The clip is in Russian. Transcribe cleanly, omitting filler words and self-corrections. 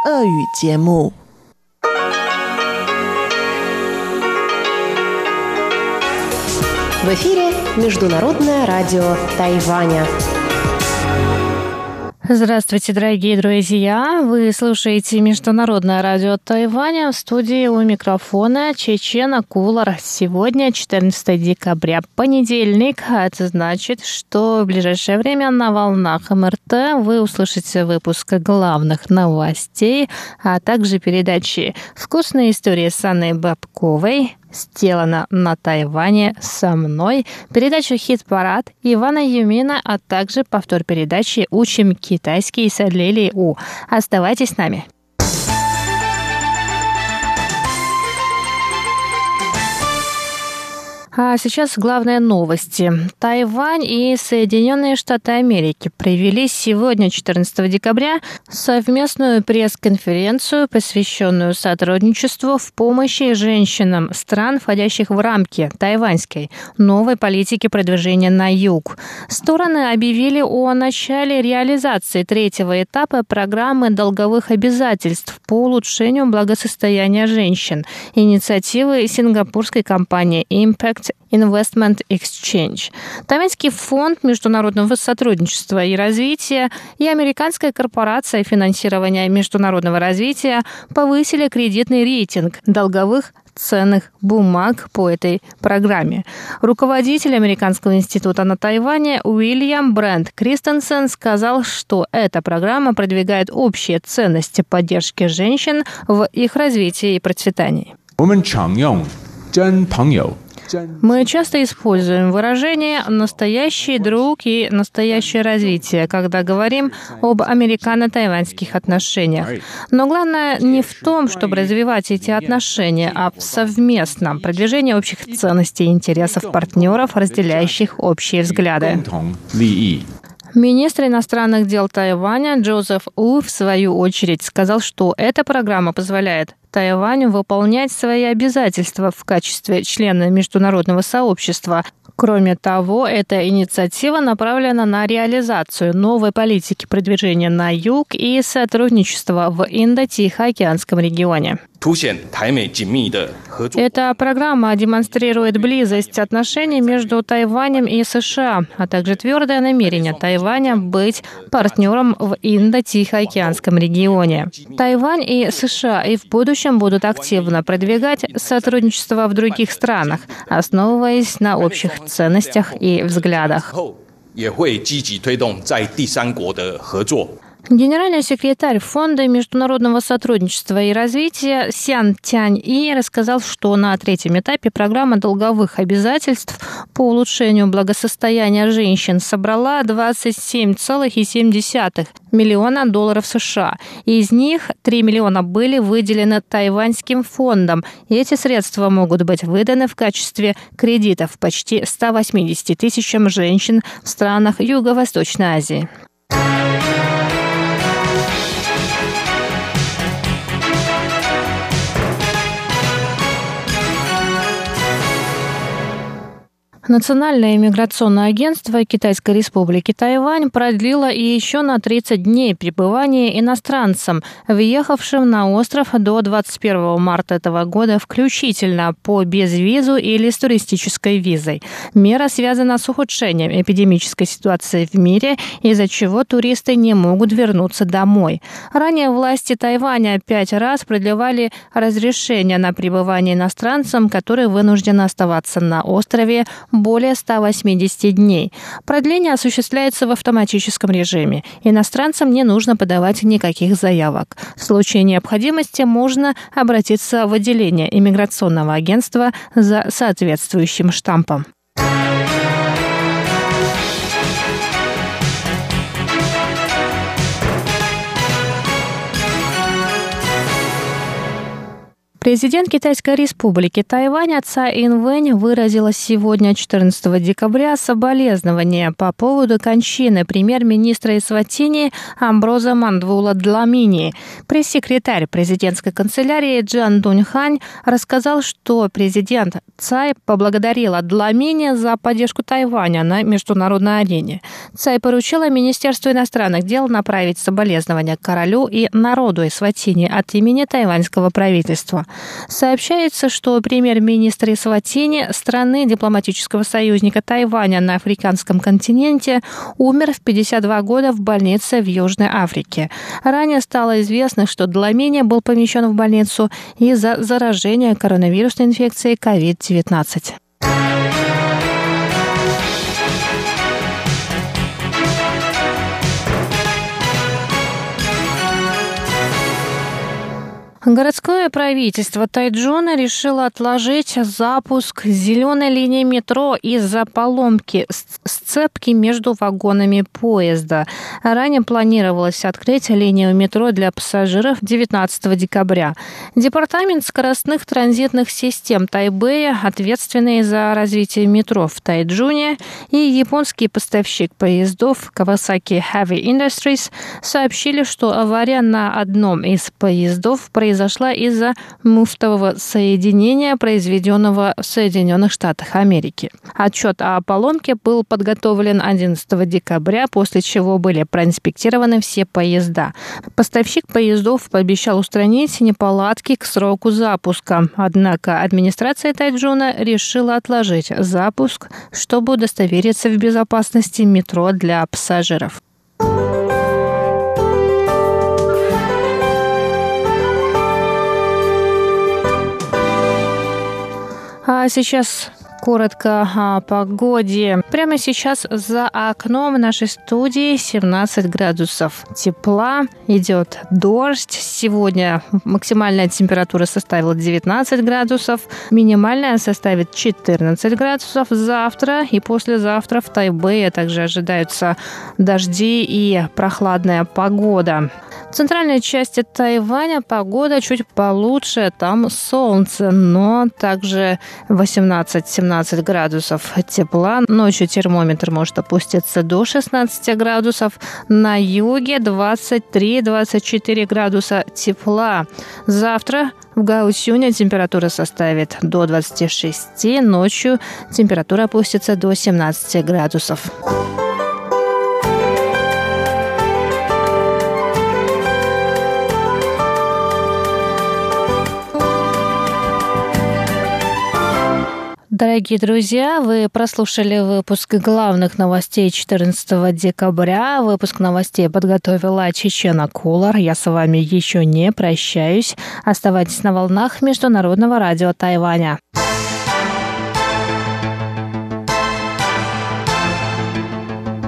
俄语节目。 В эфире Международное радио Тайваня. Здравствуйте, дорогие друзья! Вы слушаете Международное радио Тайваня. В студии у микрофона Чечена Кулар. Сегодня 14 декабря, понедельник. Это значит, что в ближайшее время на волнах МРТ вы услышите выпуск главных новостей, а также передачи «Вкусные истории» с Анной Бабковой, «Сделано на Тайване со мной», передачу «Хит-парад» Ивана Юмина, а также повтор передачи «Учим китайский» с Лилией У. Оставайтесь с нами. А сейчас главные новости. Тайвань и Соединенные Штаты Америки провели сегодня, 14 декабря, совместную пресс-конференцию, посвященную сотрудничеству в помощи женщинам стран, входящих в рамки тайваньской новой политики продвижения на юг. Стороны объявили о начале реализации третьего этапа программы долговых обязательств по улучшению благосостояния женщин, инициативы сингапурской компании Impact Investment Exchange. Тайваньский фонд международного сотрудничества и развития и американская корпорация финансирования международного развития повысили кредитный рейтинг долговых ценных бумаг по этой программе. Руководитель Американского института на Тайване Уильям Брент Кристенсен сказал, что эта программа продвигает общие ценности поддержки женщин в их развитии и процветании. Мы часто используем выражение «настоящий друг» и «настоящее развитие», когда говорим об американо-тайваньских отношениях. Но главное не в том, чтобы развивать эти отношения, а в совместном продвижении общих ценностей и интересов партнеров, разделяющих общие взгляды. Министр иностранных дел Тайваня Джозеф У, в свою очередь, сказал, что эта программа позволяет Тайваню выполнять свои обязательства в качестве члена международного сообщества. Кроме того, эта инициатива направлена на реализацию новой политики продвижения на юг и сотрудничества в Индо-Тихоокеанском регионе. Эта программа демонстрирует близость отношений между Тайванем и США, а также твердое намерение Тайваня быть партнером в Индо-Тихоокеанском регионе. Тайвань и США и в будущем будут активно продвигать сотрудничество в других странах, основываясь на общих ценностях и взглядах. Генеральный секретарь Фонда международного сотрудничества и развития Сян Тянь-И рассказал, что на третьем этапе программа долговых обязательств по улучшению благосостояния женщин собрала $27,7 миллиона США. Из них 3 миллиона были выделены Тайваньским фондом. И эти средства могут быть выданы в качестве кредитов почти 180 тысячам женщин в странах Юго-Восточной Азии. Национальное иммиграционное агентство Китайской Республики Тайвань продлило еще на 30 дней пребывание иностранцам, въехавшим на остров до 21 марта этого года включительно по безвизу или с туристической визой. Мера связана с ухудшением эпидемической ситуации в мире, из-за чего туристы не могут вернуться домой. Ранее власти Тайваня 5 раз продлевали разрешение на пребывание иностранцам, которые вынуждены оставаться на острове более 180 дней. Продление осуществляется в автоматическом режиме. Иностранцам не нужно подавать никаких заявок. В случае необходимости можно обратиться в отделение иммиграционного агентства за соответствующим штампом. Президент Китайской республики Тайвань Цай Инвэнь выразила сегодня, 14 декабря, соболезнования по поводу кончины премьер-министра Эсватини Амброза Мандвула Дламини. Пресс-секретарь президентской канцелярии Джан Дуньхань рассказал, что президент Цай поблагодарила Дламини за поддержку Тайваня на международной арене. Цай поручила Министерству иностранных дел направить соболезнования королю и народу Эсватини от имени тайваньского правительства. Сообщается, что премьер-министр Эсватини, страны дипломатического союзника Тайваня на африканском континенте, умер в 52 года в больнице в Южной Африке. Ранее стало известно, что Дламини был помещен в больницу из-за заражения коронавирусной инфекцией COVID-19. Городское правительство Тайчжуна решило отложить запуск зеленой линии метро из-за поломки сцепки между вагонами поезда. Ранее планировалось открыть линию метро для пассажиров 19 декабря. Департамент скоростных транзитных систем Тайбэя, ответственный за развитие метро в Тайчжуне, и японский поставщик поездов Kawasaki Heavy Industries сообщили, что авария на одном из поездов произошла из-за муфтового соединения, произведенного в Соединенных Штатах Америки. Отчет о поломке был подготовлен 11 декабря, после чего были проинспектированы все поезда. Поставщик поездов пообещал устранить неполадки к сроку запуска. Однако администрация Тайчжуна решила отложить запуск, чтобы удостовериться в безопасности метро для пассажиров. А сейчас коротко о погоде. Прямо сейчас за окном нашей студии 17 градусов тепла. Идет дождь. Сегодня максимальная температура составила 19 градусов. Минимальная составит 14 градусов. Завтра и послезавтра в Тайбэе также ожидаются дожди и прохладная погода. В центральной части Тайваня погода чуть получше, там солнце, но также 18-17 градусов тепла. Ночью термометр может опуститься до 16 градусов. На юге 23-24 градуса тепла. Завтра в Гаосюне температура составит до 26, ночью температура опустится до 17 градусов. Дорогие друзья, вы прослушали выпуск главных новостей 14 декабря. Выпуск новостей подготовила Чечена Кулар. Я с вами еще не прощаюсь. Оставайтесь на волнах Международного радио Тайваня.